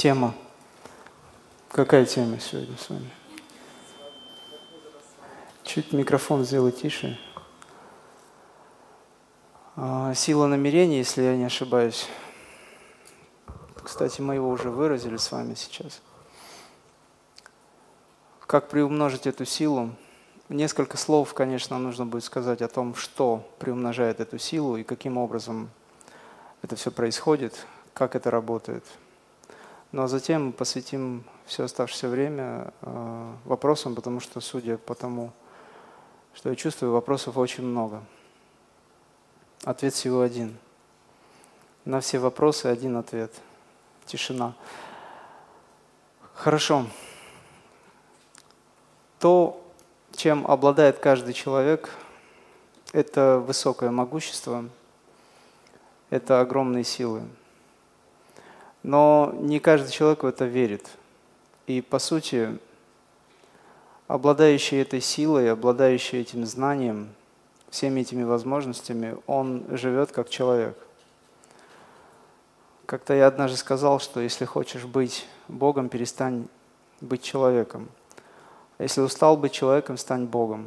Тема. Какая тема сегодня с вами? Чуть микрофон сделай тише. Сила намерения, если я не ошибаюсь. Кстати, мы его уже выразили с вами сейчас. Как приумножить эту силу? Несколько слов, конечно, нужно будет сказать о том, что приумножает эту силу и каким образом это все происходит, как это работает. Ну а затем мы посвятим все оставшееся время вопросам, потому что, судя по тому, что я чувствую, вопросов очень много. Ответ всего один. На все вопросы один ответ. Тишина. Хорошо. То, чем обладает каждый человек, это высокое могущество, это огромные силы. Но не каждый человек в это верит. И по сути, обладающий этой силой, обладающий этим знанием, всеми этими возможностями, он живет как человек. Как-то я однажды сказал, что если хочешь быть Богом, перестань быть человеком. Если устал быть человеком, стань Богом.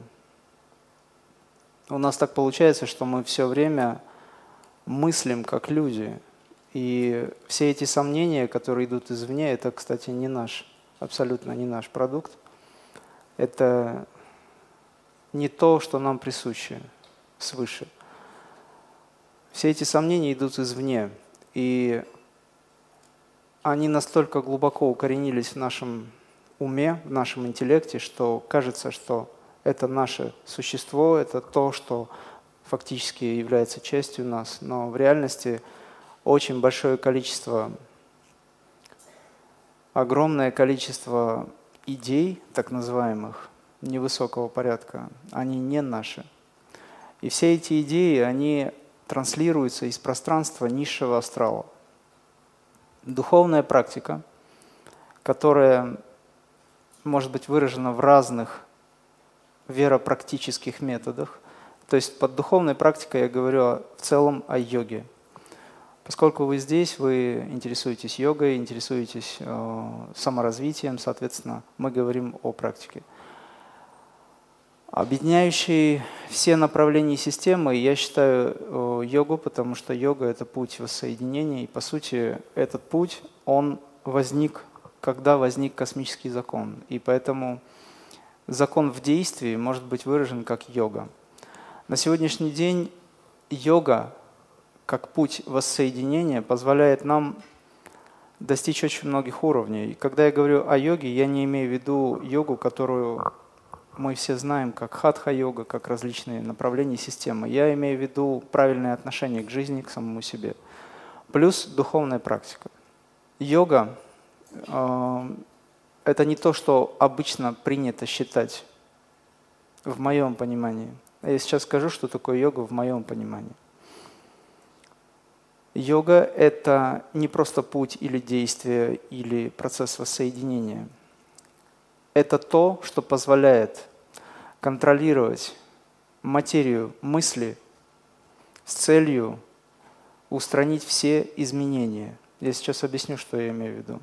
У нас так получается, что мы все время мыслим как люди. И все эти сомнения, которые идут извне, это, кстати, не наш, абсолютно не наш продукт. Это не то, что нам присуще свыше. Все эти сомнения идут извне. И они настолько глубоко укоренились в нашем уме, в нашем интеллекте, что кажется, что это наше существо, это то, что фактически является частью нас. Но в реальности очень большое количество, огромное количество идей, так называемых, невысокого порядка, они не наши. И все эти идеи, они транслируются из пространства низшего астрала. Духовная практика, которая может быть выражена в разных веропрактических методах. То есть под духовной практикой я говорю в целом о йоге. Поскольку вы здесь, вы интересуетесь йогой, интересуетесь саморазвитием, соответственно, мы говорим о практике. Объединяющей все направления системы я считаю йогу, потому что йога – это путь воссоединения. И по сути этот путь, он возник, когда возник космический закон. И поэтому закон в действии может быть выражен как йога. На сегодняшний день йога, как путь воссоединения, позволяет нам достичь очень многих уровней. И когда я говорю о йоге, я не имею в виду йогу, которую мы все знаем, как хатха-йога, как различные направления системы. Я имею в виду правильное отношение к жизни, к самому себе. Плюс духовная практика. Йога – это не то, что обычно принято считать в моем понимании. Я сейчас скажу, что такое йога в моем понимании. Йога – это не просто путь или действие, или процесс воссоединения. Это то, что позволяет контролировать материю мысли с целью устранить все изменения. Я сейчас объясню, что я имею в виду.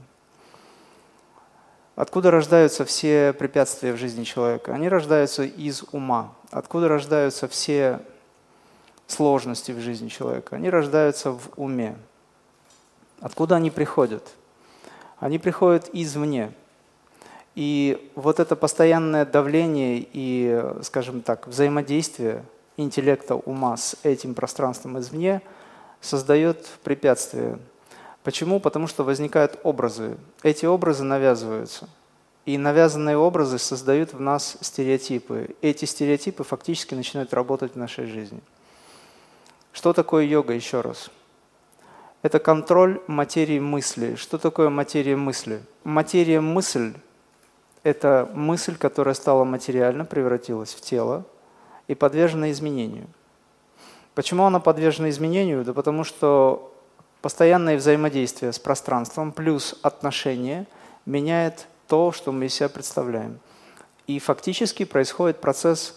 Откуда рождаются все препятствия в жизни человека? Они рождаются из ума. Откуда рождаются все сложности в жизни человека? Они рождаются в уме. Откуда они приходят? Они приходят извне. И вот это постоянное давление и, скажем так, взаимодействие интеллекта ума с этим пространством извне создает препятствия. Почему? Потому что возникают образы. Эти образы навязываются. И навязанные образы создают в нас стереотипы. Эти стереотипы фактически начинают работать в нашей жизни. Что такое йога, еще раз? Это контроль материи мысли. Что такое материя мысли? Материя мысль – это мысль, которая стала материально, превратилась в тело и подвержена изменению. Почему она подвержена изменению? Да потому что постоянное взаимодействие с пространством плюс отношение меняет то, что мы из себя представляем. И фактически происходит процесс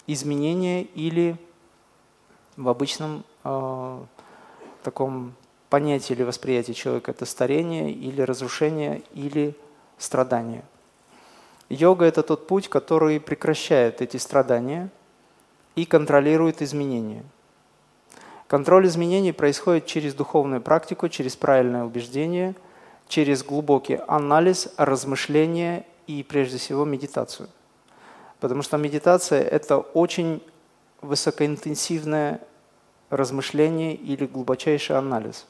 изменения или в обычном таком понятие или восприятие человека – это старение или разрушение или страдание. Йога – это тот путь, который прекращает эти страдания и контролирует изменения. Контроль изменений происходит через духовную практику, через правильное убеждение, через глубокий анализ, размышление и, прежде всего, медитацию. Потому что медитация – это очень высокоинтенсивное размышление или глубочайший анализ.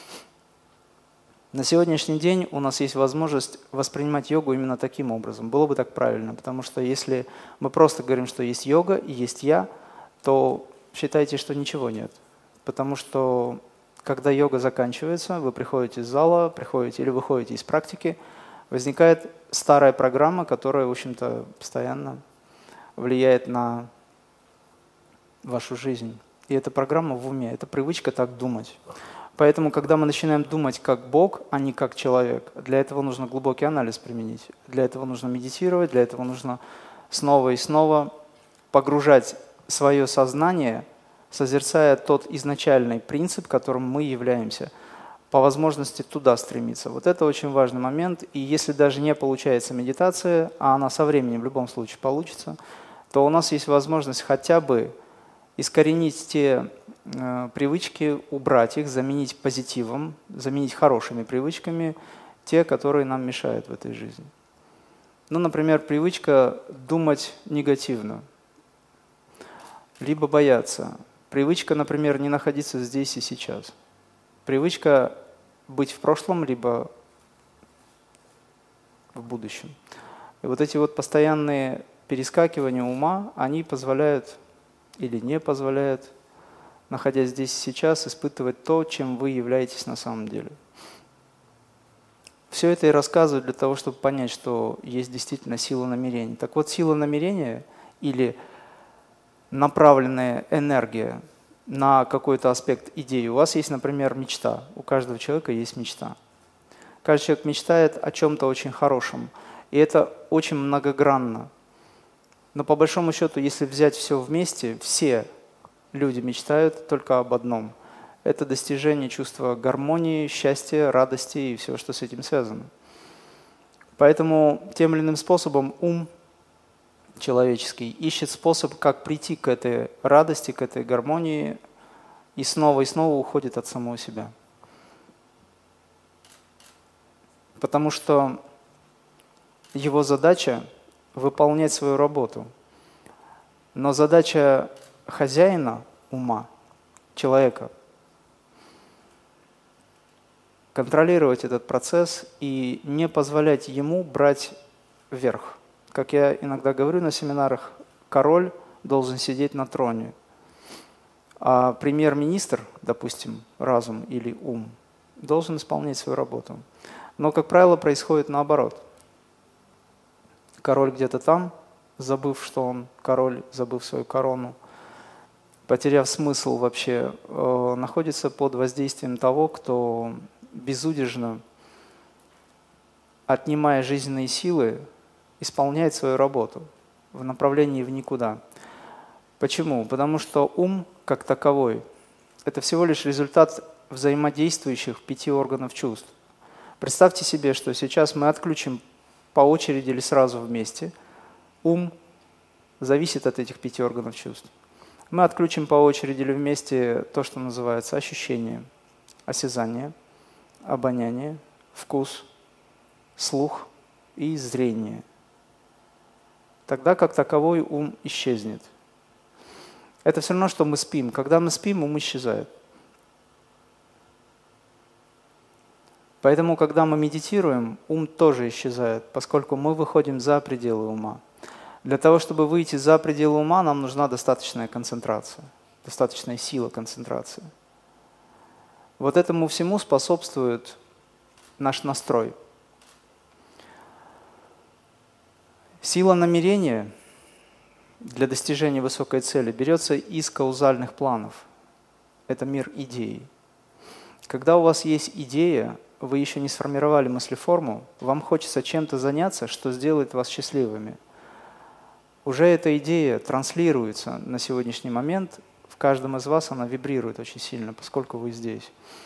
На сегодняшний день у нас есть возможность воспринимать йогу именно таким образом. Было бы так правильно, потому что если мы просто говорим, что есть йога и есть я, то считайте, что ничего нет. Потому что когда йога заканчивается, вы приходите из зала, приходите или выходите из практики, возникает старая программа, которая, в общем-то, постоянно влияет на вашу жизнь. И эта программа в уме, это привычка так думать. Поэтому, когда мы начинаем думать как Бог, а не как человек, для этого нужно глубокий анализ применить. Для этого нужно медитировать, для этого нужно снова и снова погружать свое сознание, созерцая тот изначальный принцип, которым мы являемся, по возможности туда стремиться. Вот это очень важный момент. И если даже не получается медитация, а она со временем в любом случае получится, то у нас есть возможность хотя бы искоренить те привычки, убрать их, заменить позитивом, заменить хорошими привычками, те, которые нам мешают в этой жизни. Ну, например, привычка думать негативно, либо бояться. Привычка, например, не находиться здесь и сейчас. Привычка быть в прошлом, либо в будущем. И вот эти вот постоянные перескакивания ума, они позволяют или не позволяют, находясь здесь и сейчас, испытывать то, чем вы являетесь на самом деле. Все это я рассказываю для того, чтобы понять, что есть действительно сила намерения. Так вот, сила намерения или направленная энергия на какой-то аспект идеи. У вас есть, например, мечта. У каждого человека есть мечта. Каждый человек мечтает о чем-то очень хорошем. И это очень многогранно. Но по большому счету, если взять все вместе, все люди мечтают только об одном. Это достижение чувства гармонии, счастья, радости и всего, что с этим связано. Поэтому тем или иным способом ум человеческий ищет способ, как прийти к этой радости, к этой гармонии, и снова уходит от самого себя. Потому что его задача – выполнять свою работу. Но задача хозяина ума, человека, контролировать этот процесс и не позволять ему брать верх. Как я иногда говорю на семинарах, король должен сидеть на троне, а премьер-министр, допустим, разум или ум, должен исполнять свою работу. Но, как правило, происходит наоборот. Король где-то там, забыв, что он король, забыв свою корону, потеряв смысл вообще, находится под воздействием того, кто безудержно, отнимая жизненные силы, исполняет свою работу в направлении в никуда. Почему? Потому что ум, как таковой, это всего лишь результат взаимодействующих 5 органов чувств. Представьте себе, что сейчас мы отключим по очереди или сразу вместе. Ум зависит от этих 5 органов чувств. Мы отключим по очереди или вместе то, что называется ощущение, осязание, обоняние, вкус, слух и зрение. Тогда как таковой ум исчезнет. Это все равно, что мы спим. Когда мы спим, ум исчезает. Поэтому, когда мы медитируем, ум тоже исчезает, поскольку мы выходим за пределы ума. Для того, чтобы выйти за пределы ума, нам нужна достаточная концентрация, достаточная сила концентрации. Вот этому всему способствует наш настрой. Сила намерения для достижения высокой цели берется из каузальных планов. Это мир идей. Когда у вас есть идея, вы еще не сформировали мыслеформу, вам хочется чем-то заняться, что сделает вас счастливыми. Уже эта идея транслируется на сегодняшний момент, в каждом из вас она вибрирует очень сильно, поскольку вы здесь.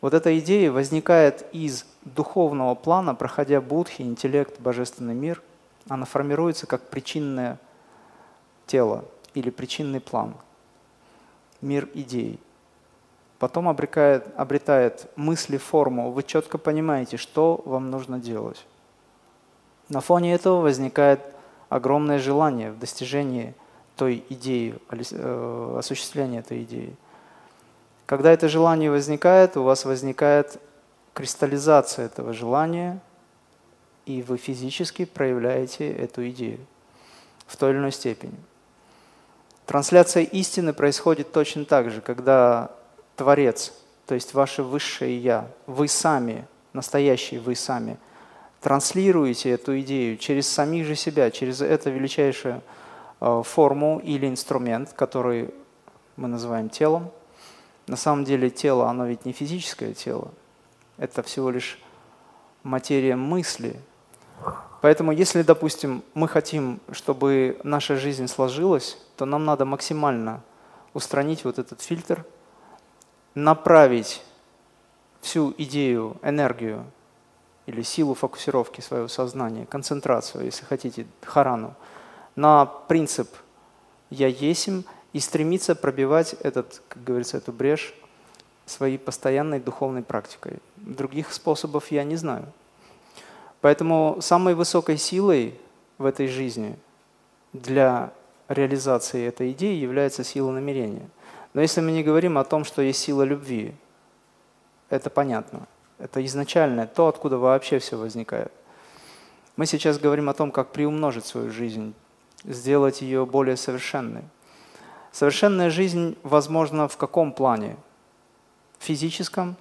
Вот эта идея возникает из духовного плана, проходя будхи, интеллект, божественный мир. Она формируется как причинное тело или причинный план, мир идей. Потом обретает мысли, форму. Вы четко понимаете, что вам нужно делать. На фоне этого возникает огромное желание в достижении той идеи, осуществления этой идеи. Когда это желание возникает, у вас возникает кристаллизация этого желания, и вы физически проявляете эту идею в той или иной степени. Трансляция истины происходит точно так же, когда Творец, то есть ваше высшее Я, вы сами, настоящий вы сами, транслируете эту идею через самих же себя, через эту величайшую форму или инструмент, который мы называем телом. На самом деле тело, оно ведь не физическое тело, это всего лишь материя мысли. Поэтому если, допустим, мы хотим, чтобы наша жизнь сложилась, то нам надо максимально устранить вот этот фильтр, направить всю идею, энергию или силу фокусировки своего сознания, концентрацию, если хотите, дхарану, на принцип «я есмь» и стремиться пробивать как говорится, эту брешь своей постоянной духовной практикой. Других способов я не знаю. Поэтому самой высокой силой в этой жизни для реализации этой идеи является сила намерения. Но если мы не говорим о том, что есть сила любви, это понятно. Это изначальное, то, откуда вообще все возникает. Мы сейчас говорим о том, как приумножить свою жизнь, сделать ее более совершенной. Совершенная жизнь возможна в каком плане? В физическом,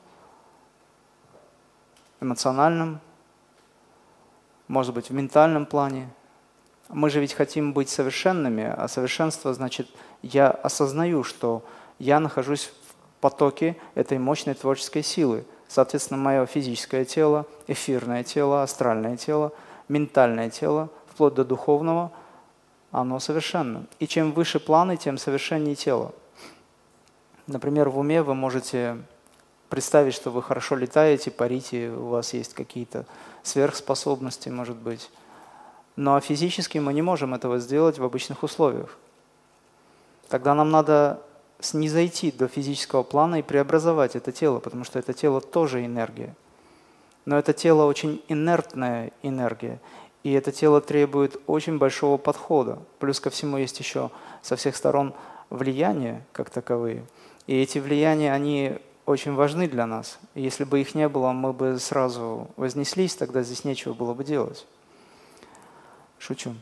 эмоциональном, может быть, в ментальном плане. Мы же ведь хотим быть совершенными, а совершенство значит, я осознаю, что я нахожусь в потоке этой мощной творческой силы. Соответственно, мое физическое тело, эфирное тело, астральное тело, ментальное тело, вплоть до духовного, оно совершенно. И чем выше планы, тем совершеннее тело. Например, в уме вы можете представить, что вы хорошо летаете, парите, у вас есть какие-то сверхспособности, может быть. Но физически мы не можем этого сделать в обычных условиях. Тогда нам надо снизойти до физического плана и преобразовать это тело, потому что это тело тоже энергия. Но это тело очень инертная энергия, и это тело требует очень большого подхода. Плюс ко всему есть еще со всех сторон влияния как таковые. И эти влияния, они очень важны для нас. И если бы их не было, мы бы сразу вознеслись, тогда здесь нечего было бы делать. Шучу.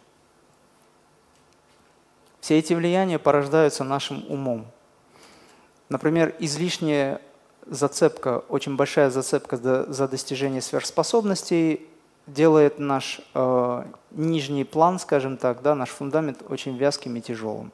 Все эти влияния порождаются нашим умом. Например, излишняя зацепка, очень большая зацепка за достижение сверхспособностей делает наш нижний план, скажем так, наш фундамент очень вязким и тяжелым.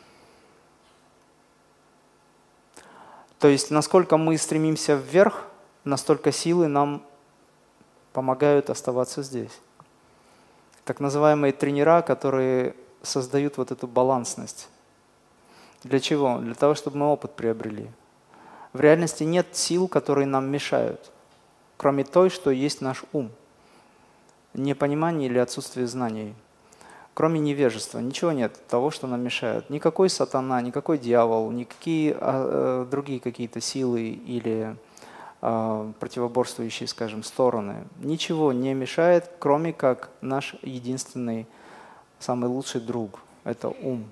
То есть, насколько мы стремимся вверх, настолько силы нам помогают оставаться здесь. Так называемые тренера, которые создают вот эту балансность. Для чего? Для того, чтобы мы опыт приобрели. В реальности нет сил, которые нам мешают, кроме той, что есть наш ум. Непонимание или отсутствие знаний. Кроме невежества, ничего нет того, что нам мешает. Никакой сатана, никакой дьявол, никакие другие какие-то силы или противоборствующие, скажем, стороны. Ничего не мешает, кроме как наш единственный, самый лучший друг – это ум.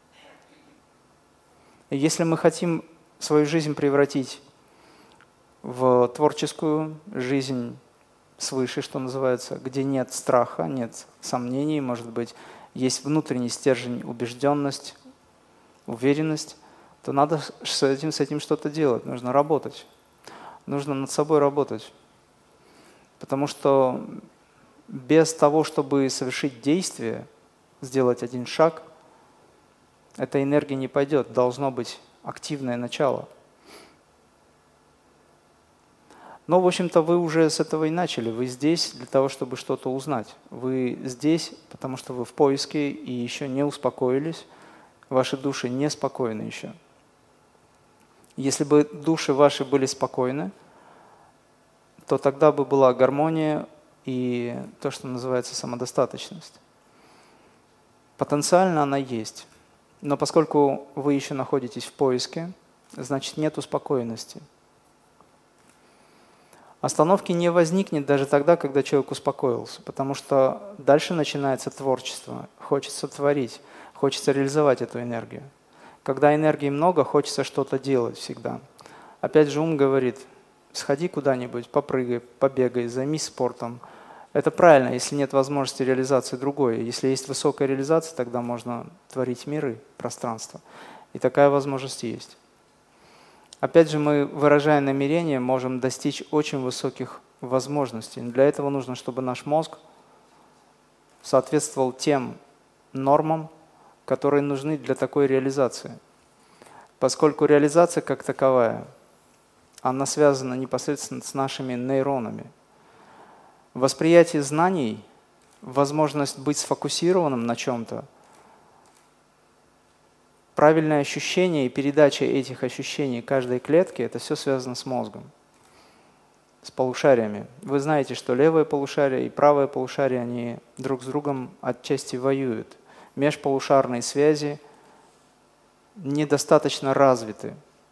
И если мы хотим свою жизнь превратить в творческую жизнь свыше, что называется, где нет страха, нет сомнений, может быть, есть внутренний стержень, убежденность, уверенность, то надо с этим что-то делать, нужно работать. Нужно над собой работать. Потому что без того, чтобы совершить действие, сделать один шаг, эта энергия не пойдет, должно быть активное начало. Но, в общем-то, вы уже с этого и начали. Вы здесь для того, чтобы что-то узнать. Вы здесь, потому что вы в поиске и еще не успокоились. Ваши души неспокойны еще. Если бы души ваши были спокойны, то тогда бы была гармония и то, что называется самодостаточность. Потенциально она есть, но поскольку вы еще находитесь в поиске, значит нет успокоенности. Остановки не возникнет даже тогда, когда человек успокоился, потому что дальше начинается творчество. Хочется творить, хочется реализовать эту энергию. Когда энергии много, хочется что-то делать всегда. Опять же ум говорит, сходи куда-нибудь, попрыгай, побегай, займись спортом. Это правильно, если нет возможности реализации другой. Если есть высокая реализация, тогда можно творить миры, пространство. И такая возможность есть. Опять же, мы, выражая намерение, можем достичь очень высоких возможностей. Для этого нужно, чтобы наш мозг соответствовал тем нормам, которые нужны для такой реализации. Поскольку реализация как таковая, она связана непосредственно с нашими нейронами. Восприятие знаний, возможность быть сфокусированным на чем-то, правильное ощущение и передача этих ощущений каждой клетке – это все связано с мозгом, с полушариями. Вы знаете, что левое полушарие и правое полушарие, они друг с другом отчасти воюют. Межполушарные связи недостаточно развиты.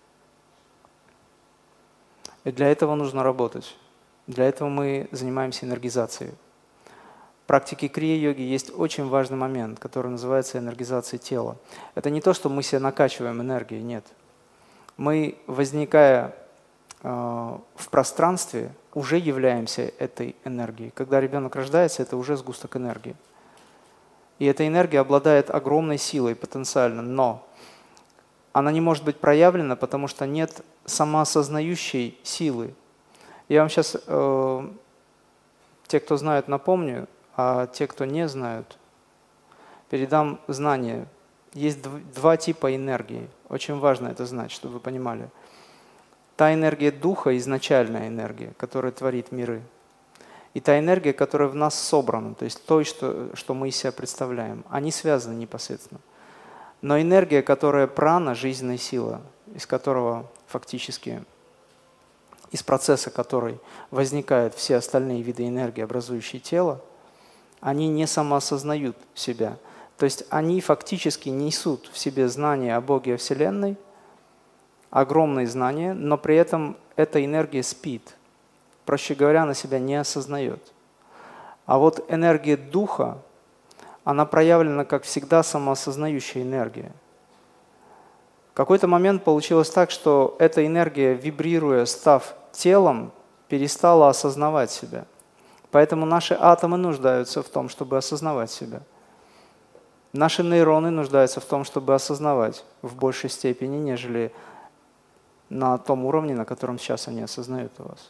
И для этого нужно работать. Для этого мы занимаемся энергизацией. В практике крия-йоги есть очень важный момент, который называется энергизацией тела. Это не то, что мы себя накачиваем энергией, нет. Мы, возникая в пространстве, уже являемся этой энергией. Когда ребенок рождается, это уже сгусток энергии. И эта энергия обладает огромной силой потенциально, но она не может быть проявлена, потому что нет самоосознающей силы. Я вам сейчас, те, кто знают, напомню, а те, кто не знают, передам знания. Есть два типа энергии. Очень важно это знать, чтобы вы понимали. Та энергия духа, изначальная энергия, которая творит миры. И та энергия, которая в нас собрана, то есть то, что мы из себя представляем. Они связаны непосредственно. Но энергия, которая прана, жизненная сила, из которого фактически, из процесса которой возникают все остальные виды энергии, образующие тело, они не самоосознают себя. То есть они фактически несут в себе знания о Боге, о Вселенной, огромные знания, но при этом эта энергия спит. Проще говоря, она себя не осознает. А вот энергия духа, она проявлена, как всегда, самоосознающая энергия. В какой-то момент получилось так, что эта энергия, вибрируя, став телом, перестала осознавать себя. Поэтому наши атомы нуждаются в том, чтобы осознавать себя. Наши нейроны нуждаются в том, чтобы осознавать в большей степени, нежели на том уровне, на котором сейчас они осознают у вас.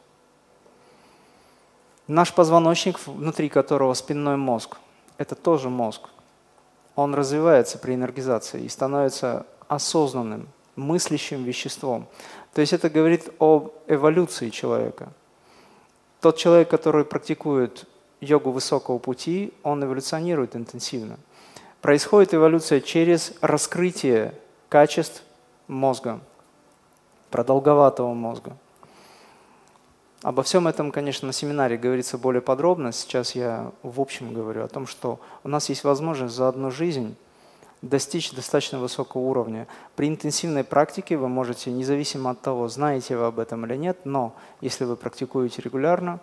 Наш позвоночник, внутри которого спинной мозг, это тоже мозг. Он развивается при энергизации и становится осознанным, мыслящим веществом. То есть это говорит об эволюции человека. Тот человек, который практикует йогу высокого пути, он эволюционирует интенсивно. Происходит эволюция через раскрытие качеств мозга, продолговатого мозга. Обо всем этом, конечно, на семинаре говорится более подробно. Сейчас я в общем говорю о том, что у нас есть возможность за одну жизнь достичь достаточно высокого уровня. При интенсивной практике вы можете, независимо от того, знаете вы об этом или нет, но если вы практикуете регулярно,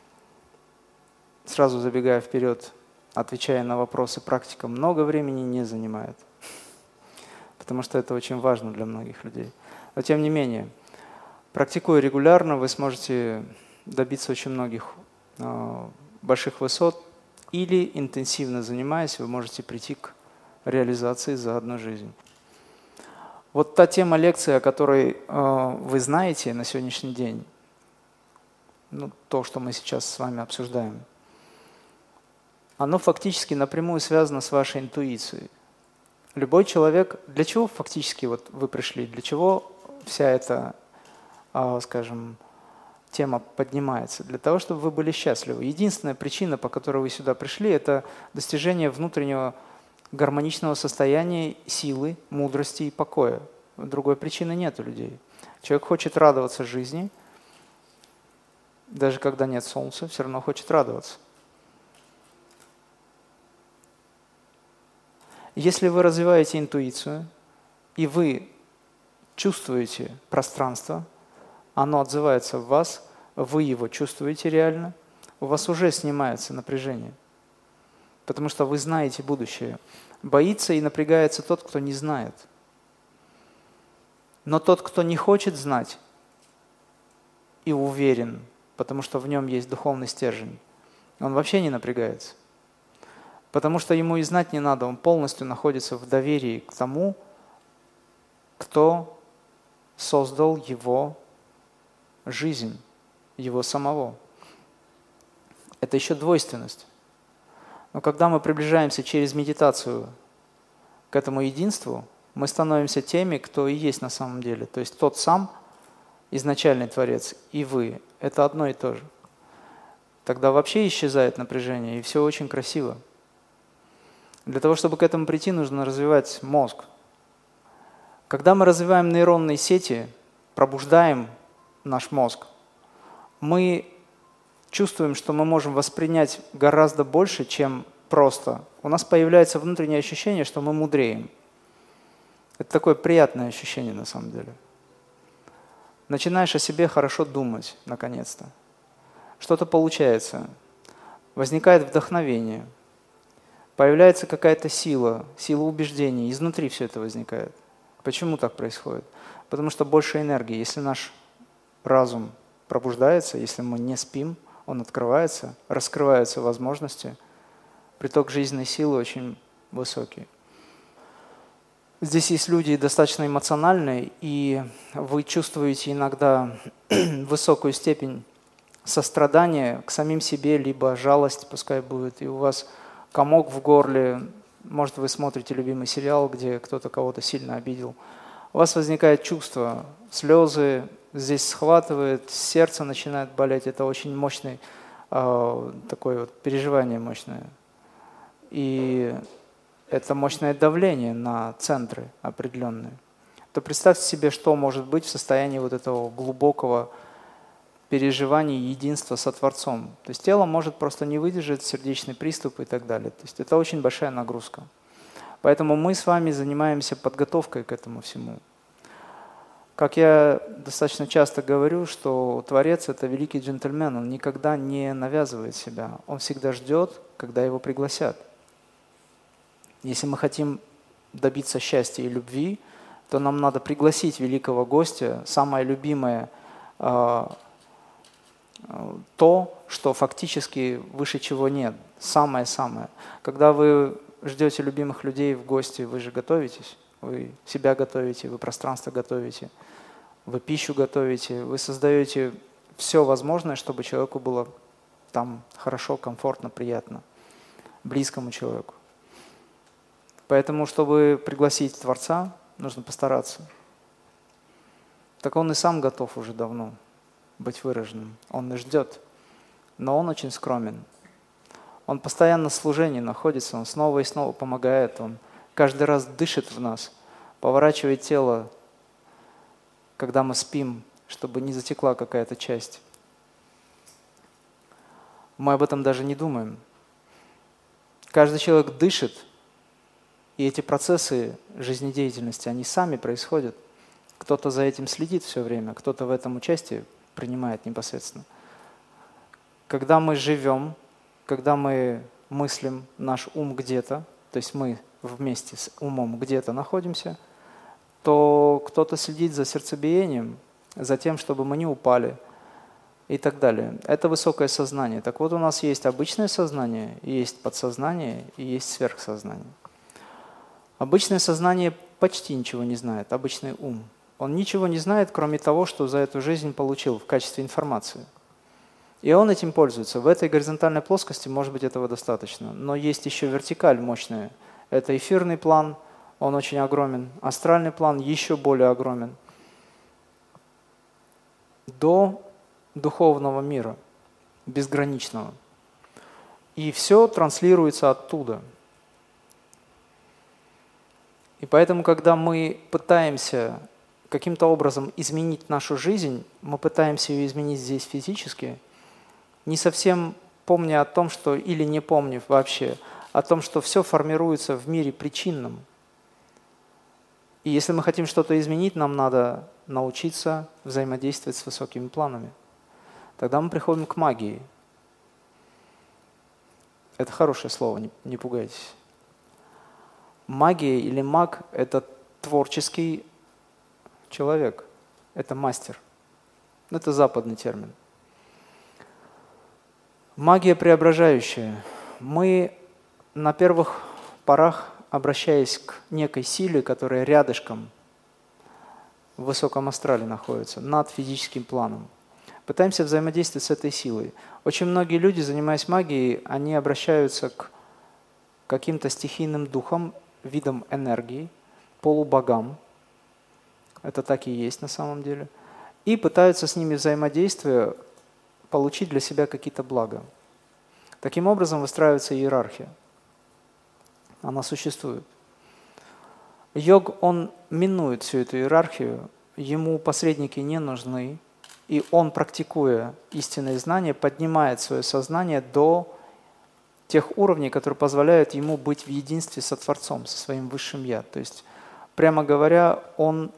сразу забегая вперед, отвечая на вопросы, практика много времени не занимает, потому что это очень важно для многих людей. Но тем не менее, практикуя регулярно, вы сможете добиться очень многих больших высот, или интенсивно занимаясь, вы можете прийти к реализации за одну жизнь. Вот та тема лекции, о которой вы знаете на сегодняшний день, то, что мы сейчас с вами обсуждаем, оно фактически напрямую связано с вашей интуицией. Любой человек, для чего фактически вот вы пришли, для чего вся эта, скажем, тема поднимается? Для того, чтобы вы были счастливы. Единственная причина, по которой вы сюда пришли, это достижение внутреннего гармоничного состояния, силы, мудрости и покоя. Другой причины нет у людей. Человек хочет радоваться жизни, Даже когда нет солнца, все равно хочет радоваться. Если вы развиваете интуицию, и вы чувствуете пространство, оно отзывается в вас, вы его чувствуете реально, у вас уже снимается напряжение, потому что вы знаете будущее. Боится и напрягается тот, кто не знает. Но тот, кто не хочет знать и уверен, потому что в нем есть духовный стержень, он вообще не напрягается. Потому что ему и знать не надо, он полностью находится в доверии к тому, кто создал его жизнь, его самого. Это еще двойственность. Но когда мы приближаемся через медитацию к этому единству, мы становимся теми, кто и есть на самом деле. То есть тот сам, изначальный Творец, и вы – это одно и то же. Тогда вообще исчезает напряжение, и все очень красиво. Для того, чтобы к этому прийти, нужно развивать мозг. Когда мы развиваем нейронные сети, пробуждаем наш мозг, мы чувствуем, что мы можем воспринять гораздо больше, чем просто. У нас появляется внутреннее ощущение, что мы мудреем. Это такое приятное ощущение на самом деле. Начинаешь о себе хорошо думать, наконец-то. Что-то получается. Возникает вдохновение. Появляется какая-то сила убеждений. Изнутри все это возникает. Почему так происходит? Потому что больше энергии. Если наш разум пробуждается, если мы не спим, он открывается, раскрываются возможности, приток жизненной силы очень высокий. Здесь есть люди достаточно эмоциональные, и вы чувствуете иногда высокую степень сострадания к самим себе, либо жалость, пускай будет, и у вас комок в горле. Может, вы смотрите любимый сериал, где кто-то кого-то сильно обидел. У вас возникает чувство, слезы, здесь схватывает, сердце начинает болеть. Это очень мощное такое вот переживание мощное. И это мощное давление на центры определенные. То представьте себе, что может быть в состоянии вот этого глубокого переживания единства со Творцом. То есть тело может просто не выдержать, сердечный приступ и так далее. То есть это очень большая нагрузка. Поэтому мы с вами занимаемся подготовкой к этому всему. Как я достаточно часто говорю, что Творец – это великий джентльмен, он никогда не навязывает себя, он всегда ждет, когда его пригласят. Если мы хотим добиться счастья и любви, то нам надо пригласить великого гостя, самое любимое, то, что фактически выше чего нет, самое-самое. Когда вы ждете любимых людей в гости, вы же готовитесь, вы себя готовите, вы пространство готовите, вы пищу готовите, вы создаете все возможное, чтобы человеку было там хорошо, комфортно, приятно, близкому человеку. Поэтому, чтобы пригласить Творца, нужно постараться. Так он и сам готов уже давно быть выраженным. Он и ждет. Но он очень скромен. Он постоянно в служении находится, он снова и снова помогает, он каждый раз дышит в нас, поворачивает тело, когда мы спим, чтобы не затекла какая-то часть. Мы об этом даже не думаем. Каждый человек дышит, и эти процессы жизнедеятельности, они сами происходят. Кто-то за этим следит все время, кто-то в этом участие принимает непосредственно. Когда мы живем, когда мы мыслим, наш ум где-то, то есть мы вместе с умом где-то находимся, то кто-то следит за сердцебиением, за тем, чтобы мы не упали и так далее. Это высокое сознание. Так вот, у нас есть обычное сознание, есть подсознание и есть сверхсознание. Обычное сознание почти ничего не знает, обычный ум. Он ничего не знает, кроме того, что за эту жизнь получил в качестве информации. И он этим пользуется. В этой горизонтальной плоскости, может быть, этого достаточно. Но есть еще вертикаль мощная. Это эфирный план, он очень огромен. Астральный план еще более огромен. До духовного мира, безграничного. И все транслируется оттуда. И поэтому, когда мы пытаемся каким-то образом изменить нашу жизнь, мы пытаемся ее изменить здесь физически, не совсем помня о том, что, или не помнив вообще, о том, что все формируется в мире причинном. И если мы хотим что-то изменить, нам надо научиться взаимодействовать с высокими планами. Тогда мы приходим к магии. Это хорошее слово, не пугайтесь. Магия или маг – это творческий человек, это мастер. Это западный термин. Магия преображающая. Мы на первых порах, обращаясь к некой силе, которая рядышком в высоком астрале находится, над физическим планом, пытаемся взаимодействовать с этой силой. Очень многие люди, занимаясь магией, они обращаются к каким-то стихийным духам, видам энергии, полубогам. Это так и есть на самом деле. И пытаются с ними взаимодействуя получить для себя какие-то блага. Таким образом выстраивается иерархия. Она существует. Йог, он минует всю эту иерархию, ему посредники не нужны, и он, практикуя истинные знания, поднимает свое сознание до тех уровней, которые позволяют ему быть в единстве со Творцом, со своим высшим Я. То есть, прямо говоря, он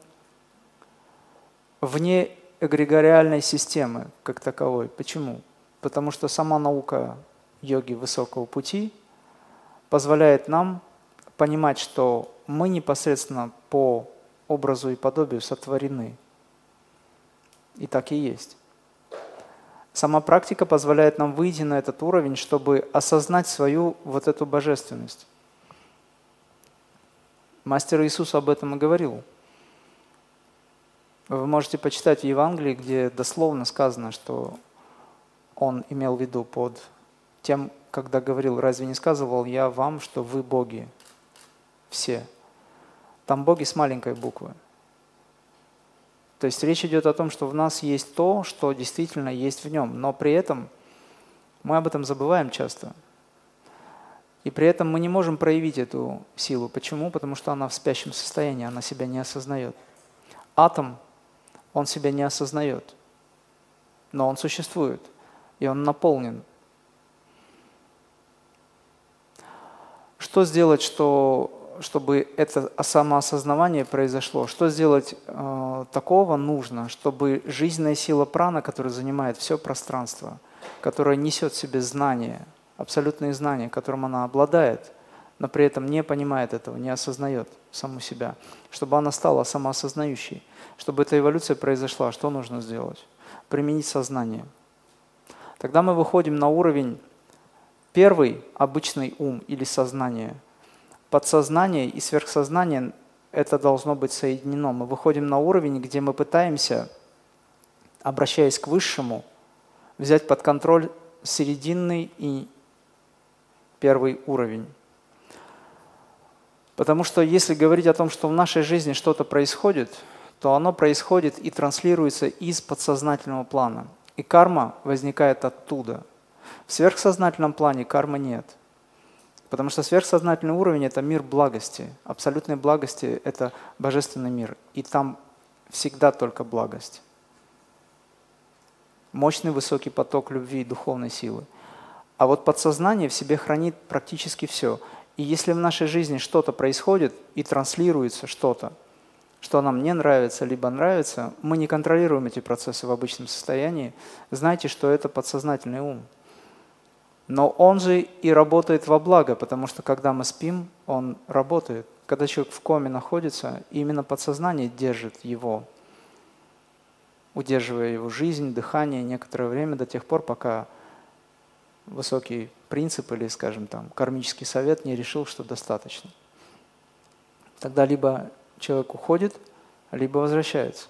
вне эгрегориальной системы как таковой. Почему? Потому что сама наука йоги высокого пути позволяет нам понимать, что мы непосредственно по образу и подобию сотворены. И так и есть. Сама практика позволяет нам выйти на этот уровень, чтобы осознать свою вот эту божественность. Мастер Иисус об этом и говорил. Вы можете почитать в Евангелии, где дословно сказано, что он имел в виду под тем, когда говорил: «Разве не сказывал я вам, что вы боги все?» Там боги с маленькой буквы. То есть речь идет о том, что в нас есть то, что действительно есть в нем, но при этом мы об этом забываем часто. И при этом мы не можем проявить эту силу. Почему? Потому что она в спящем состоянии, она себя не осознает. Атом, он себя не осознает, но он существует, и он наполнен. Что сделать, чтобы это самоосознавание произошло? Что сделать такого нужно, чтобы жизненная сила прана, которая занимает все пространство, которая несет в себе знания, абсолютные знания, которым она обладает, но при этом не понимает этого, не осознает саму себя, чтобы она стала самоосознающей, чтобы эта эволюция произошла, что нужно сделать? Применить сознание. Тогда мы выходим на уровень первый, обычный ум или сознание. Подсознание и сверхсознание – это должно быть соединено. Мы выходим на уровень, где мы пытаемся, обращаясь к высшему, взять под контроль серединный и первый уровень. Потому что если говорить о том, что в нашей жизни что-то происходит, то оно происходит и транслируется из подсознательного плана. И карма возникает оттуда. В сверхсознательном плане кармы нет. Потому что сверхсознательный уровень – это мир благости. Абсолютной благости – это божественный мир. И там всегда только благость. Мощный высокий поток любви и духовной силы. А вот подсознание в себе хранит практически все. И если в нашей жизни что-то происходит и транслируется что-то, что нам не нравится, либо нравится, мы не контролируем эти процессы в обычном состоянии, знайте, что это подсознательный ум. Но он же и работает во благо, потому что когда мы спим, он работает. Когда человек в коме находится, именно подсознание держит его, удерживая его жизнь, дыхание некоторое время до тех пор, пока высокий принцип или, скажем, там, кармический совет не решил, что достаточно. Тогда либо человек уходит, либо возвращается.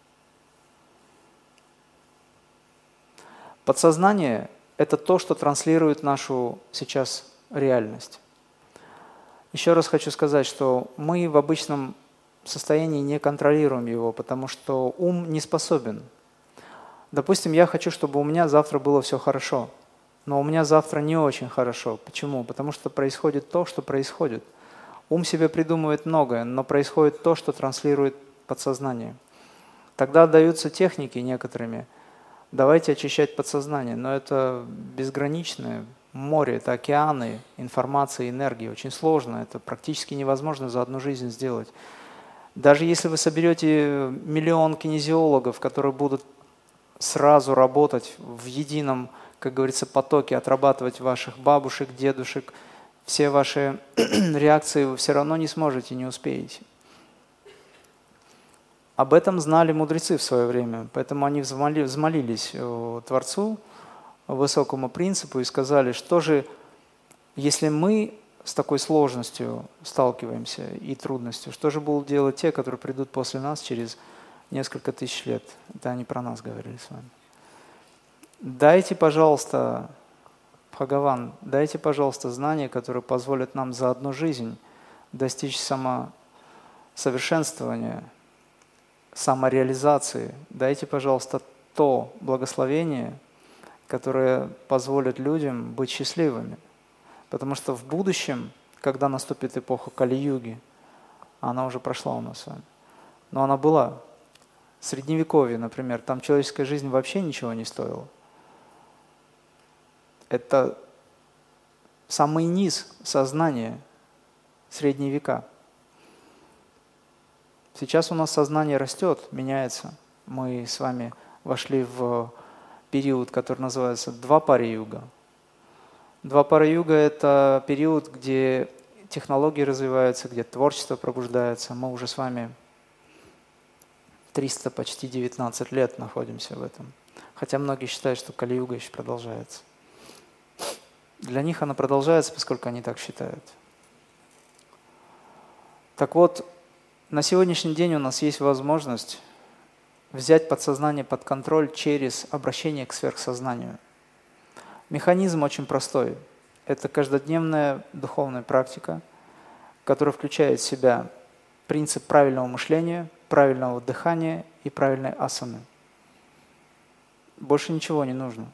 Подсознание – это то, что транслирует нашу сейчас реальность. Еще раз хочу сказать, что мы в обычном состоянии не контролируем его, потому что ум не способен. Допустим, я хочу, чтобы у меня завтра было все хорошо, но у меня завтра не очень хорошо. Почему? Потому что происходит то, что происходит. Ум себе придумывает многое, но происходит то, что транслирует подсознание. Тогда даются техники некоторыми Давайте очищать подсознание. Но это безграничное море, это океаны информации, энергии. Очень сложно, это практически невозможно за одну жизнь сделать. Даже если вы соберете миллион кинезиологов, которые будут сразу работать в едином, как говорится, потоке, отрабатывать ваших бабушек, дедушек, все ваши реакции вы все равно не сможете, не успеете. Об этом знали мудрецы в свое время, поэтому они взмолились Творцу, высокому принципу, и сказали, что же, если мы с такой сложностью сталкиваемся и трудностью, что же будут делать те, которые придут после нас через несколько тысяч лет? Это они про нас говорили с вами. Дайте, пожалуйста, Бхагаван, дайте, пожалуйста, знания, которые позволят нам за одну жизнь достичь самосовершенствования, самореализации. Дайте, пожалуйста, то благословение, которое позволит людям быть счастливыми. Потому что в будущем, когда наступит эпоха Кали-юги, она уже прошла у нас с вами, но она была. В Средневековье, например, там человеческая жизнь вообще ничего не стоила. Это самый низ сознания средние века. Сейчас у нас сознание растет, меняется. Мы с вами вошли в период, который называется Двапара-юга. Двапара-юга – это период, где технологии развиваются, где творчество пробуждается. Мы уже с вами 300, почти 19 лет находимся в этом. Хотя многие считают, что Кали-юга еще продолжается. Для них она продолжается, поскольку они так считают. Так вот, на сегодняшний день у нас есть возможность взять подсознание под контроль через обращение к сверхсознанию. Механизм очень простой. Это каждодневная духовная практика, которая включает в себя принцип правильного мышления, правильного дыхания и правильной асаны. Больше ничего не нужно.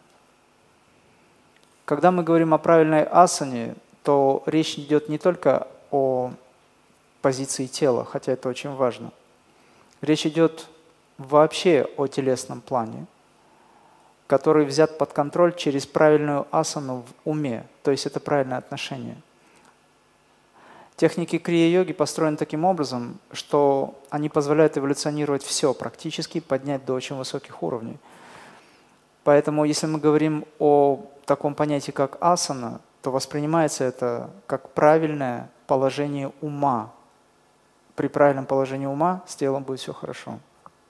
Когда мы говорим о правильной асане, то речь идет не только о позиции тела, хотя это очень важно. Речь идет вообще о телесном плане, который взят под контроль через правильную асану в уме, то есть это правильное отношение. Техники крия-йоги построены таким образом, что они позволяют эволюционировать все, практически поднять до очень высоких уровней. Поэтому, если мы говорим о таком понятии, как асана, то воспринимается это как правильное положение ума. При правильном положении ума с телом будет все хорошо.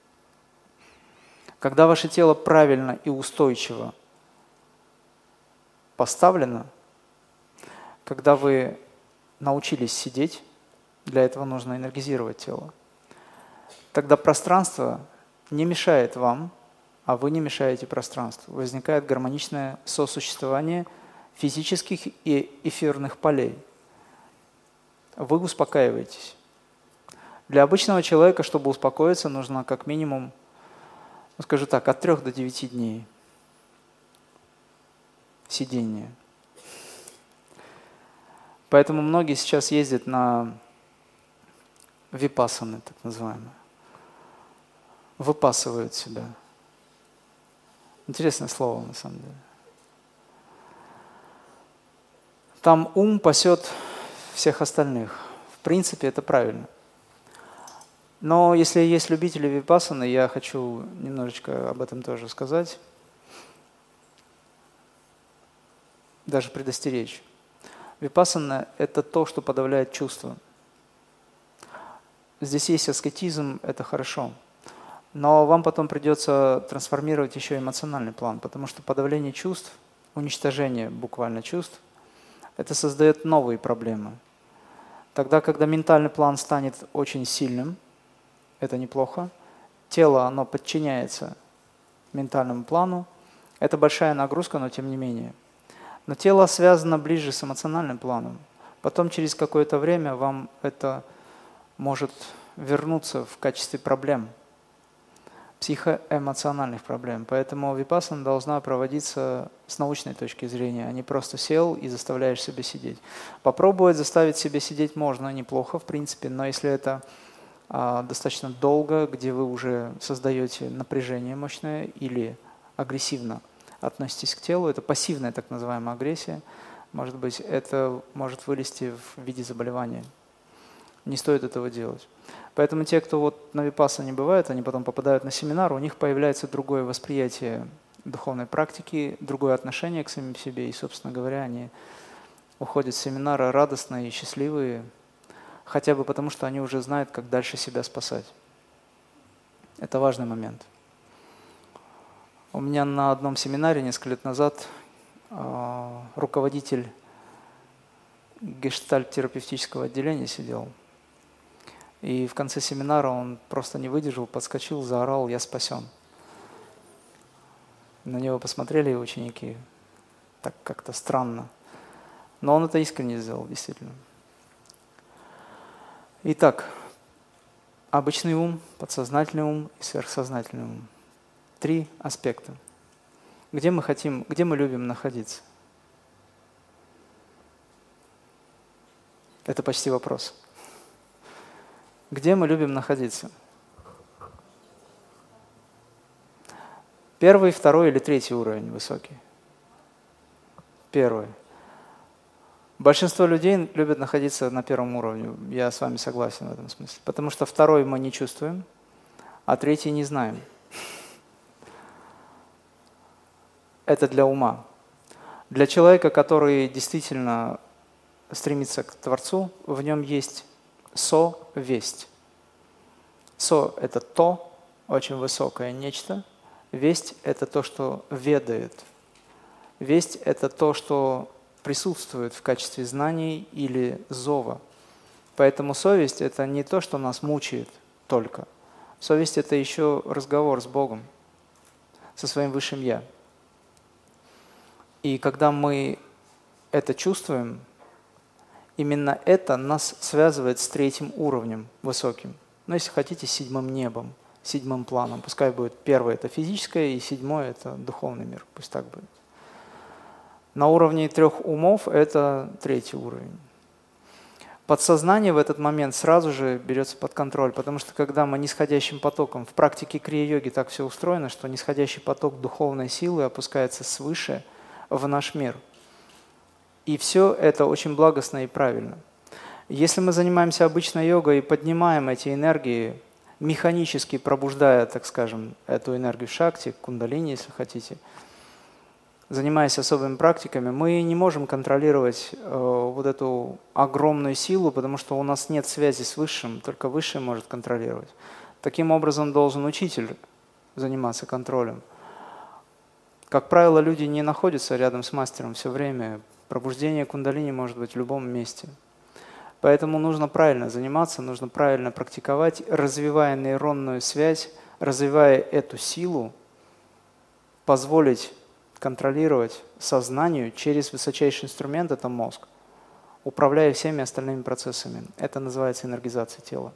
Когда ваше тело правильно и устойчиво поставлено, когда вы научились сидеть, для этого нужно энергизировать тело, тогда пространство не мешает вам, а вы не мешаете пространству. Возникает гармоничное сосуществование физических и эфирных полей. Вы успокаиваетесь. Для обычного человека, чтобы успокоиться, нужно как минимум, скажу так, от 3 до 9 дней сидения. Поэтому многие сейчас ездят на випассаны, так называемые. Выпасывают себя. Интересное слово, на самом деле. Там ум пасет всех остальных. В принципе, это правильно. Но если есть любители випассаны, я хочу немножечко об этом тоже сказать. Даже предостеречь. Випассана – это то, что подавляет чувства. Здесь есть аскетизм, это хорошо. Но вам потом придется трансформировать еще эмоциональный план, потому что подавление чувств, уничтожение буквально чувств, это создает новые проблемы. Тогда, когда ментальный план станет очень сильным, это неплохо, тело, оно подчиняется ментальному плану, это большая нагрузка, но тем не менее. Но тело связано ближе с эмоциональным планом. Потом через какое-то время вам это может вернуться в качестве проблем, психоэмоциональных проблем. Поэтому випассана должна проводиться с научной точки зрения, а не просто сел и заставляешь себя сидеть. Попробовать заставить себя сидеть можно, неплохо в принципе, но если это достаточно долго, где вы уже создаете напряжение мощное или агрессивно относитесь к телу. Это пассивная так называемая агрессия. Может быть, это может вылезти в виде заболевания. Не стоит этого делать. Поэтому те, кто вот на випассане бывают, они потом попадают на семинар, у них появляется другое восприятие духовной практики, другое отношение к самим себе. И, собственно говоря, они уходят с семинара радостные и счастливые, хотя бы потому, что они уже знают, как дальше себя спасать. Это важный момент. У меня на одном семинаре несколько лет назад руководитель гештальт-терапевтического отделения сидел. И в конце семинара он просто не выдержал, подскочил, заорал: «Я спасен». На него посмотрели ученики так как-то странно. Но он это искренне сделал, действительно. Итак, обычный ум, подсознательный ум и сверхсознательный ум. 3 аспекта. Где мы хотим, где мы любим находиться? Это почти вопрос. Где мы любим находиться? 1, 2 или 3 уровень высокий? 1. Большинство людей любят находиться на 1 уровне. Я с вами согласен в этом смысле. Потому что 2 мы не чувствуем, а 3 не знаем. Это для ума. Для человека, который действительно стремится к Творцу, в нем есть со-весть. Со – это то, очень высокое нечто. Весть – это то, что ведает. Весть – это то, что присутствует в качестве знаний или зова. Поэтому совесть – это не то, что нас мучает только. Совесть – это еще разговор с Богом, со своим Высшим Я. И когда мы это чувствуем, именно это нас связывает с 3 уровнем высоким. Ну, если хотите, с 7 небом, 7 планом. Пускай будет 1 – это физическое, и 7 – это духовный мир. Пусть так будет. На уровне 3 умов – это 3 уровень. Подсознание в этот момент сразу же берется под контроль, потому что когда мы нисходящим потоком, в практике крия-йоги так все устроено, что нисходящий поток духовной силы опускается свыше в наш мир. И все это очень благостно и правильно. Если мы занимаемся обычной йогой и поднимаем эти энергии, механически пробуждая, так скажем, эту энергию шакти, кундалини, если хотите, занимаясь особыми практиками, мы не можем контролировать вот эту огромную силу, потому что у нас нет связи с Высшим, только Высший может контролировать. Таким образом должен учитель заниматься контролем. Как правило, люди не находятся рядом с мастером все время. Пробуждение кундалини может быть в любом месте. Поэтому нужно правильно заниматься, нужно правильно практиковать, развивая нейронную связь, развивая эту силу, позволить контролировать сознанию через высочайший инструмент, это мозг, управляя всеми остальными процессами. Это называется энергизация тела.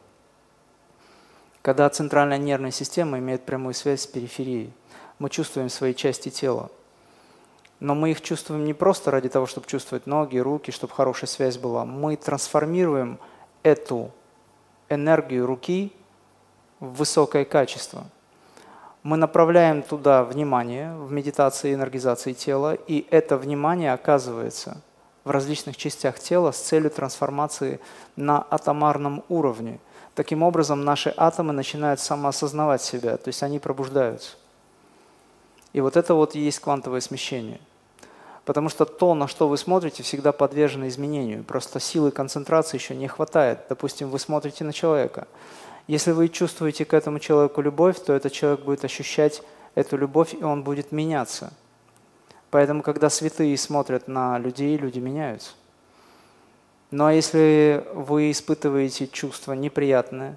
Когда центральная нервная система имеет прямую связь с периферией, мы чувствуем свои части тела. Но мы их чувствуем не просто ради того, чтобы чувствовать ноги, руки, чтобы хорошая связь была. Мы трансформируем эту энергию руки в высокое качество. Мы направляем туда внимание в медитации и энергизации тела, и это внимание оказывается в различных частях тела с целью трансформации на атомарном уровне. Таким образом, наши атомы начинают самоосознавать себя, то есть они пробуждаются. И вот это вот и есть квантовое смещение. Потому что то, на что вы смотрите, всегда подвержено изменению. Просто силы концентрации еще не хватает. Допустим, вы смотрите на человека. Если вы чувствуете к этому человеку любовь, то этот человек будет ощущать эту любовь, и он будет меняться. Поэтому, когда святые смотрят на людей, люди меняются. Ну а если вы испытываете чувство неприятное,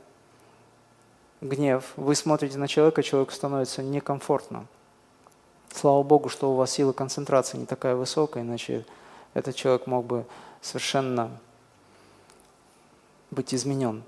гнев, вы смотрите на человека, человеку становится некомфортно. Слава Богу, что у вас сила концентрации не такая высокая, иначе этот человек мог бы совершенно быть изменен.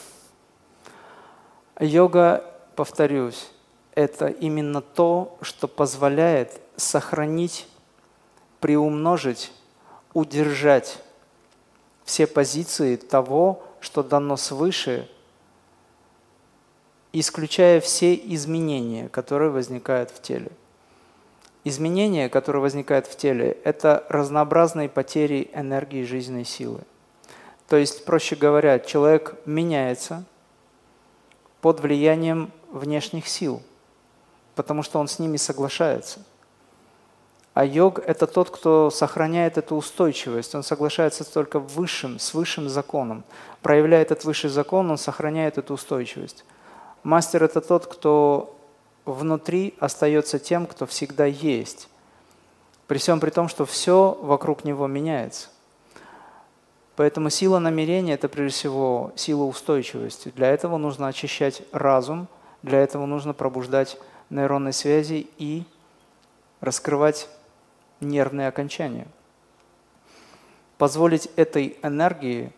Йога, повторюсь, это именно то, что позволяет сохранить, приумножить, удержать все позиции того, что дано свыше, исключая все изменения, которые возникают в теле. Изменения, которые возникают в теле, это разнообразные потери энергии жизненной силы. То есть, проще говоря, человек меняется под влиянием внешних сил, потому что он с ними соглашается. А йог – это тот, кто сохраняет эту устойчивость, он соглашается только с высшим законом. Проявляя этот высший закон, он сохраняет эту устойчивость. Мастер – это тот, кто внутри остается тем, кто всегда есть, при всем при том, что все вокруг него меняется. Поэтому сила намерения – это прежде всего сила устойчивости. Для этого нужно очищать разум, для этого нужно пробуждать нейронные связи и раскрывать нервные окончания. Позволить этой энергии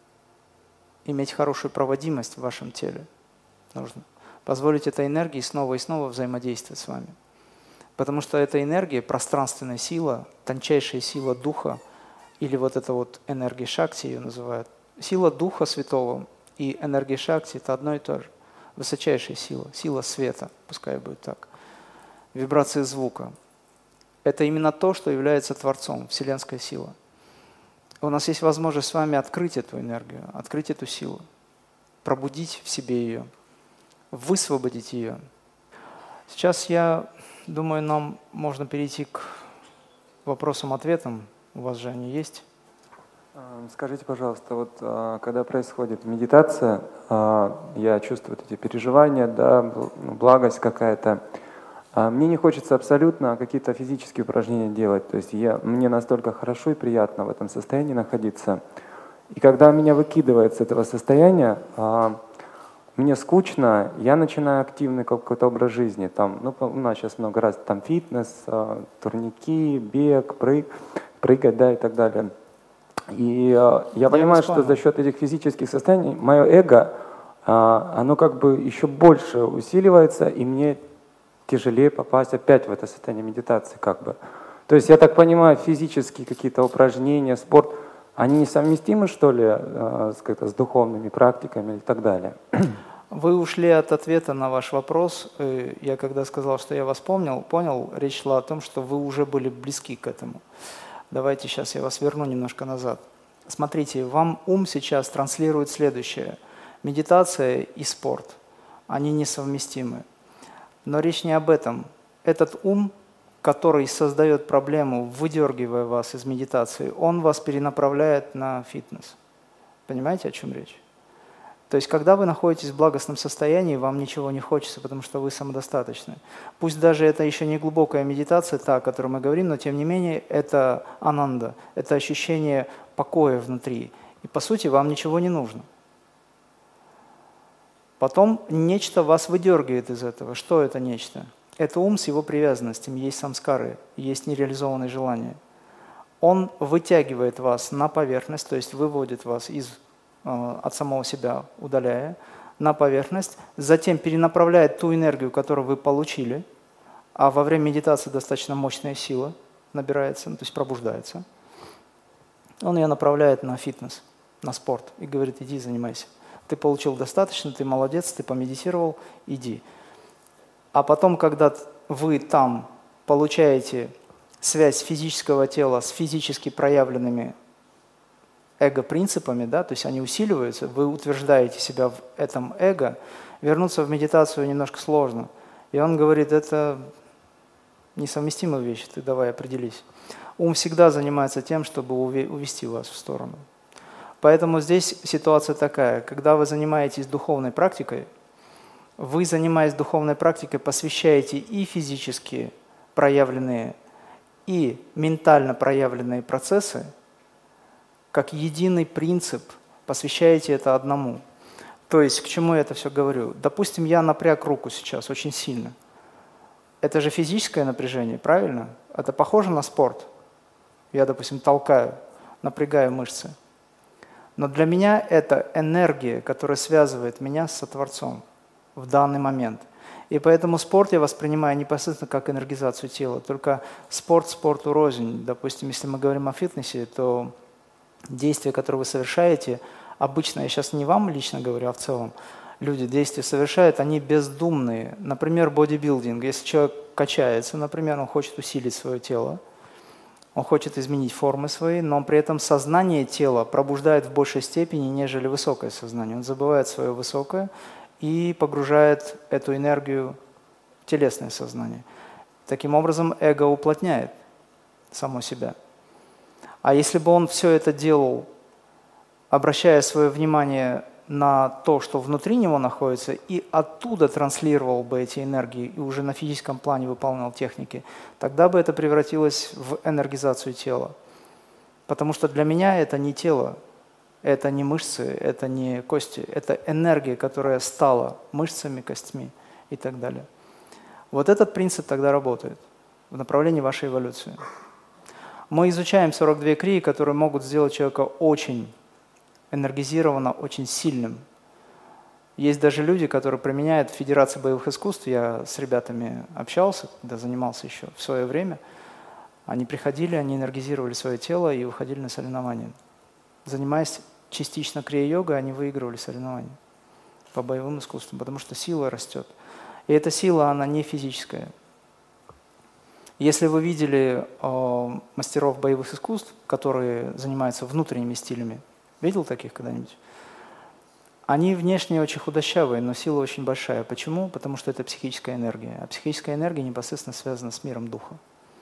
иметь хорошую проводимость в вашем теле нужно. Позволить этой энергии снова и снова взаимодействовать с вами. Потому что эта энергия, пространственная сила, тончайшая сила Духа, или вот эта вот энергия Шакти ее называют. Сила Духа Святого и энергия Шакти – это одно и то же. Высочайшая сила, сила света, пускай будет так. Вибрации звука. Это именно то, что является Творцом, вселенская сила. У нас есть возможность с вами открыть эту энергию, открыть эту силу, пробудить в себе ее, высвободить ее. Сейчас, я думаю, нам можно перейти к вопросам-ответам. У вас же они есть. Скажите, пожалуйста, вот когда происходит медитация, я чувствую вот эти переживания, да, благость какая-то. Мне не хочется абсолютно какие-то физические упражнения делать. То есть мне настолько хорошо и приятно в этом состоянии находиться. И когда меня выкидывает с этого состояния, мне скучно, я начинаю активный какой-то образ жизни. Там, у нас сейчас много раз там фитнес, турники, бег, прыгать, да, и так далее. И я понимаю, что за счет этих физических состояний мое эго, оно как бы еще больше усиливается, и мне тяжелее попасть опять в это состояние медитации как бы. То есть я так понимаю, физические какие-то упражнения, спорт, они несовместимы, что ли, с духовными практиками и так далее? Вы ушли от ответа на ваш вопрос. Я когда сказал, что я вас понял, речь шла о том, что вы уже были близки к этому. Давайте сейчас я вас верну немножко назад. Смотрите, вам ум сейчас транслирует следующее. Медитация и спорт, они несовместимы. Но речь не об этом. Этот ум, который создает проблему, выдергивая вас из медитации, он вас перенаправляет на фитнес. Понимаете, о чем речь? То есть, когда вы находитесь в благостном состоянии, вам ничего не хочется, потому что вы самодостаточны. Пусть даже это еще не глубокая медитация, та, о которой мы говорим, но тем не менее это ананда, это ощущение покоя внутри. И по сути вам ничего не нужно. Потом нечто вас выдергивает из этого. Что это нечто? Это ум с его привязанностями, есть самскары, есть нереализованные желания. Он вытягивает вас на поверхность, то есть выводит вас от самого себя, удаляя, на поверхность, затем перенаправляет ту энергию, которую вы получили, а во время медитации достаточно мощная сила набирается, то есть пробуждается. Он ее направляет на фитнес, на спорт и говорит: иди занимайся. Ты получил достаточно, ты молодец, ты помедитировал, иди. А потом, когда вы там получаете связь физического тела с физически проявленными эго-принципами, да, то есть они усиливаются, вы утверждаете себя в этом эго, вернуться в медитацию немножко сложно. И он говорит: это несовместимые вещи, ты давай определись. Ум всегда занимается тем, чтобы увести вас в сторону. Поэтому здесь ситуация такая: когда вы занимаетесь духовной практикой, вы, занимаясь духовной практикой, посвящаете и физически проявленные, и ментально проявленные процессы, как единый принцип, посвящаете это одному. То есть, к чему я это все говорю? Допустим, я напряг руку сейчас очень сильно. Это же физическое напряжение, правильно? Это похоже на спорт. Я, допустим, толкаю, напрягаю мышцы. Но для меня это энергия, которая связывает меня со Творцом в данный момент. И поэтому спорт я воспринимаю непосредственно как энергизацию тела. Только спорт спорту рознь. Допустим, если мы говорим о фитнесе, то действия, которые вы совершаете, обычно, я сейчас не вам лично говорю, а в целом, люди действия совершают, они бездумные. Например, бодибилдинг. Если человек качается, например, он хочет усилить свое тело, он хочет изменить формы свои, но при этом сознание тела пробуждает в большей степени, нежели высокое сознание. Он забывает свое высокое и погружает эту энергию в телесное сознание. Таким образом, эго уплотняет само себя. А если бы он все это делал, обращая свое внимание на то, что внутри него находится, и оттуда транслировал бы эти энергии и уже на физическом плане выполнял техники, тогда бы это превратилось в энергизацию тела. Потому что для меня это не тело, это не мышцы, это не кости, это энергия, которая стала мышцами, костьми и так далее. Вот этот принцип тогда работает в направлении вашей эволюции. Мы изучаем 42 крии, которые могут сделать человека очень энергизированно, очень сильным. Есть даже люди, которые применяют в Федерации боевых искусств, я с ребятами общался, когда занимался еще в свое время, они приходили, они энергизировали свое тело и выходили на соревнования. Занимаясь частично крия-йогой, они выигрывали соревнования по боевым искусствам, потому что сила растет. И эта сила, она не физическая. Если вы видели мастеров боевых искусств, которые занимаются внутренними стилями, видел таких когда-нибудь? Они внешне очень худощавые, но сила очень большая. Почему? Потому что это психическая энергия. А психическая энергия непосредственно связана с миром духа.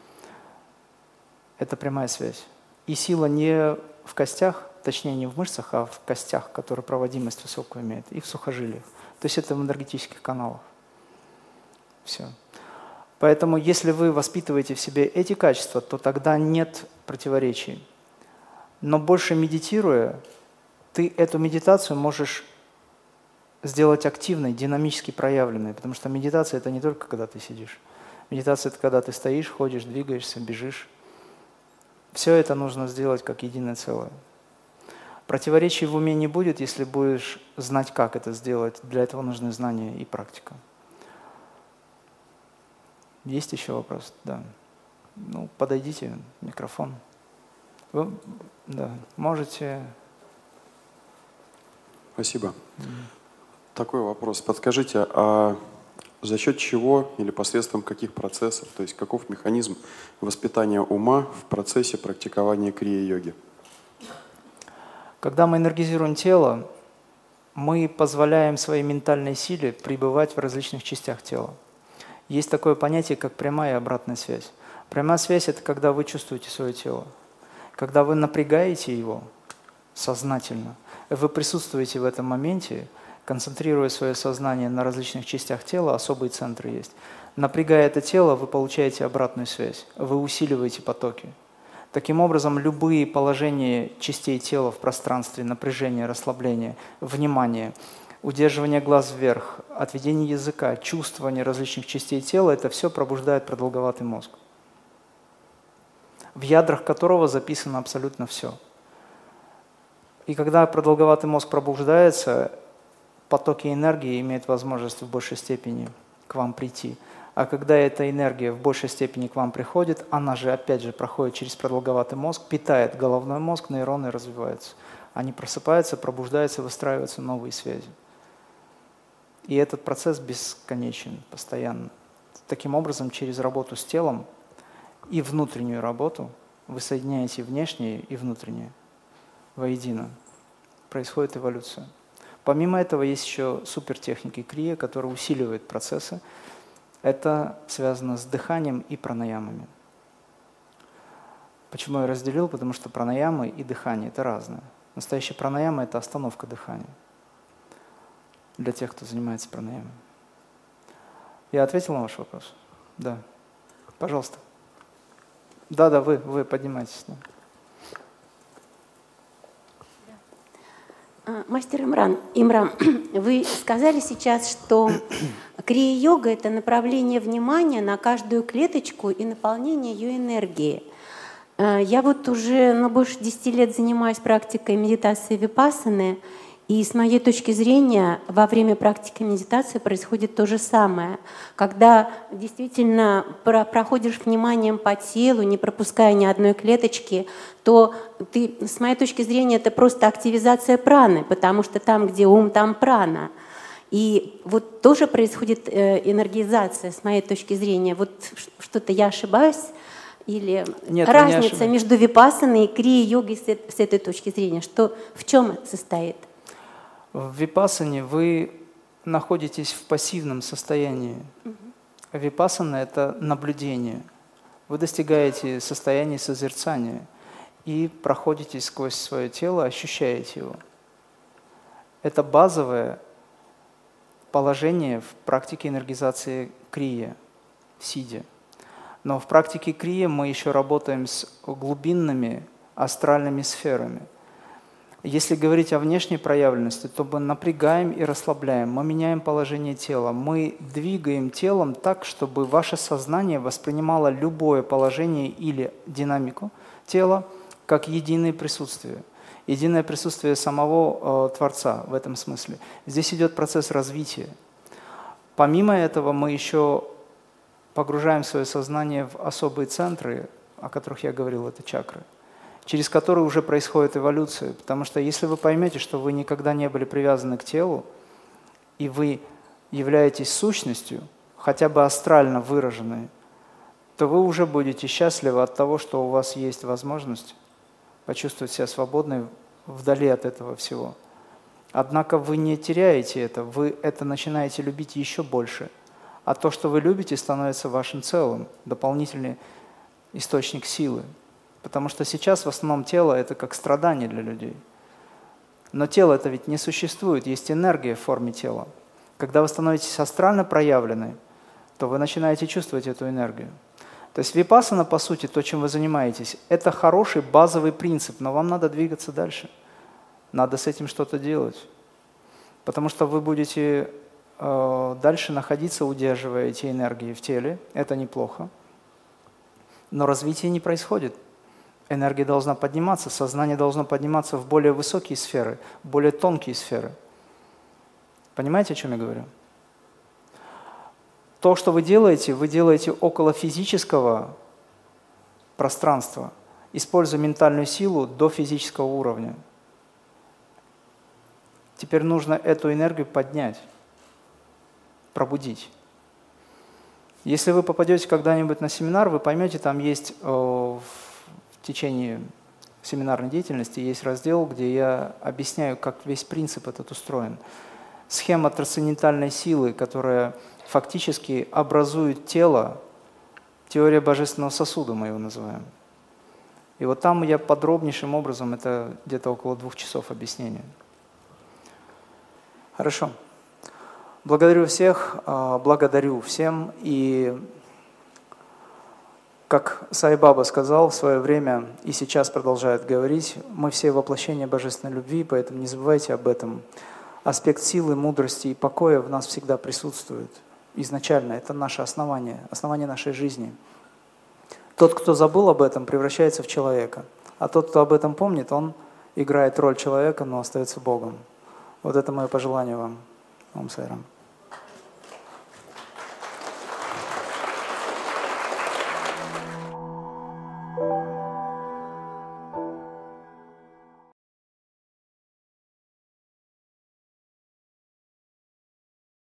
Это прямая связь. И сила не в костях, точнее не в мышцах, а в костях, которые проводимость высокую имеют, и в сухожилиях. То есть это в энергетических каналах. Все. Поэтому если вы воспитываете в себе эти качества, то тогда нет противоречий. Но больше медитируя, ты эту медитацию можешь сделать активной, динамически проявленной, потому что медитация – это не только когда ты сидишь. Медитация – это когда ты стоишь, ходишь, двигаешься, бежишь. Все это нужно сделать как единое целое. Противоречий в уме не будет, если будешь знать, как это сделать. Для этого нужны знания и практика. Есть еще вопрос? Да. Ну, подойдите, микрофон. Вы, да, можете. Спасибо. Такой вопрос. Подскажите, а за счет чего или посредством каких процессов, то есть каков механизм воспитания ума в процессе практикования крия-йоги? Когда мы энергизируем тело, мы позволяем своей ментальной силе пребывать в различных частях тела. Есть такое понятие, как прямая и обратная связь. Прямая связь – это когда вы чувствуете свое тело. Когда вы напрягаете его сознательно, вы присутствуете в этом моменте, концентрируя свое сознание на различных частях тела, особые центры есть. Напрягая это тело, вы получаете обратную связь, вы усиливаете потоки. Таким образом, любые положения частей тела в пространстве, напряжение, расслабление, внимание, удерживание глаз вверх, отведение языка, чувствование различных частей тела – это все пробуждает продолговатый мозг, в ядрах которого записано абсолютно все. И когда продолговатый мозг пробуждается, потоки энергии имеют возможность в большей степени к вам прийти. А когда эта энергия в большей степени к вам приходит, она же опять же проходит через продолговатый мозг, питает головной мозг, нейроны развиваются. Они просыпаются, пробуждаются, выстраиваются новые связи. И этот процесс бесконечен, постоянно. Таким образом, через работу с телом и внутреннюю работу вы соединяете внешнее и внутреннее воедино. Происходит эволюция. Помимо этого есть еще супертехники крия, которые усиливают процессы. Это связано с дыханием и пранаямами. Почему я разделил? Потому что пранаямы и дыхание – это разное. Настоящая пранаяма – это остановка дыхания. Для тех, кто занимается пранаямой. Я ответил на ваш вопрос? Да. Пожалуйста. Да, вы поднимайтесь. Да. Мастер Имран, вы сказали сейчас, что крия-йога – это направление внимания на каждую клеточку и наполнение ее энергией. Я вот уже больше 10 лет занимаюсь практикой медитации випассаны, и с моей точки зрения во время практики медитации происходит то же самое. Когда действительно проходишь вниманием по телу, не пропуская ни одной клеточки, то ты, с моей точки зрения, это просто активизация праны, потому что там, где ум, там прана. И вот тоже происходит энергизация, с моей точки зрения. Вот что-то я ошибаюсь? Или Нет, разница между випассаной и крия-йогой с этой точки зрения? Что, в чем это состоит? В випассане вы находитесь в пассивном состоянии. Випассана – это наблюдение. Вы достигаете состояния созерцания и проходите сквозь свое тело, ощущаете его. Это базовое положение в практике энергизации крия, сидя. Но в практике крия мы еще работаем с глубинными астральными сферами. Если говорить о внешней проявленности, то мы напрягаем и расслабляем, мы меняем положение тела, мы двигаем телом так, чтобы ваше сознание воспринимало любое положение или динамику тела как единое присутствие. Единое присутствие самого Творца в этом смысле. Здесь идет процесс развития. Помимо этого мы еще погружаем свое сознание в особые центры, о которых я говорил, это чакры, через которые уже происходит эволюция. Потому что если вы поймете, что вы никогда не были привязаны к телу, и вы являетесь сущностью, хотя бы астрально выраженной, то вы уже будете счастливы от того, что у вас есть возможность почувствовать себя свободной вдали от этого всего. Однако вы не теряете это, вы это начинаете любить еще больше. А то, что вы любите, становится вашим целым, дополнительный источник силы. Потому что сейчас в основном тело – это как страдание для людей. Но тело это ведь не существует, есть энергия в форме тела. Когда вы становитесь астрально проявлены, то вы начинаете чувствовать эту энергию. То есть випассана, по сути, то, чем вы занимаетесь, это хороший базовый принцип, но вам надо двигаться дальше. Надо с этим что-то делать. Потому что вы будете дальше находиться, удерживая эти энергии в теле. Это неплохо. Но развитие не происходит. Энергия должна подниматься, сознание должно подниматься в более высокие сферы, более тонкие сферы. Понимаете, о чем я говорю? То, что вы делаете около физического пространства, используя ментальную силу до физического уровня. Теперь нужно эту энергию поднять, пробудить. Если вы попадете когда-нибудь на семинар, вы поймете, там есть в течение семинарной деятельности есть раздел, где я объясняю, как весь принцип этот устроен. Схема трансцендентальной силы, которая фактически образует тело, теория божественного сосуда мы его называем. И вот там я подробнейшим образом, это где-то около 2 часов объяснения. Хорошо. Благодарю всех, благодарю всем. И как Сай Баба сказал в свое время и сейчас продолжает говорить, мы все воплощения божественной любви, поэтому не забывайте об этом. Аспект силы, мудрости и покоя в нас всегда присутствует. Изначально это наше основание, основание нашей жизни. Тот, кто забыл об этом, превращается в человека. А тот, кто об этом помнит, он играет роль человека, но остается Богом. Вот это мое пожелание вам. Ом Сайрам.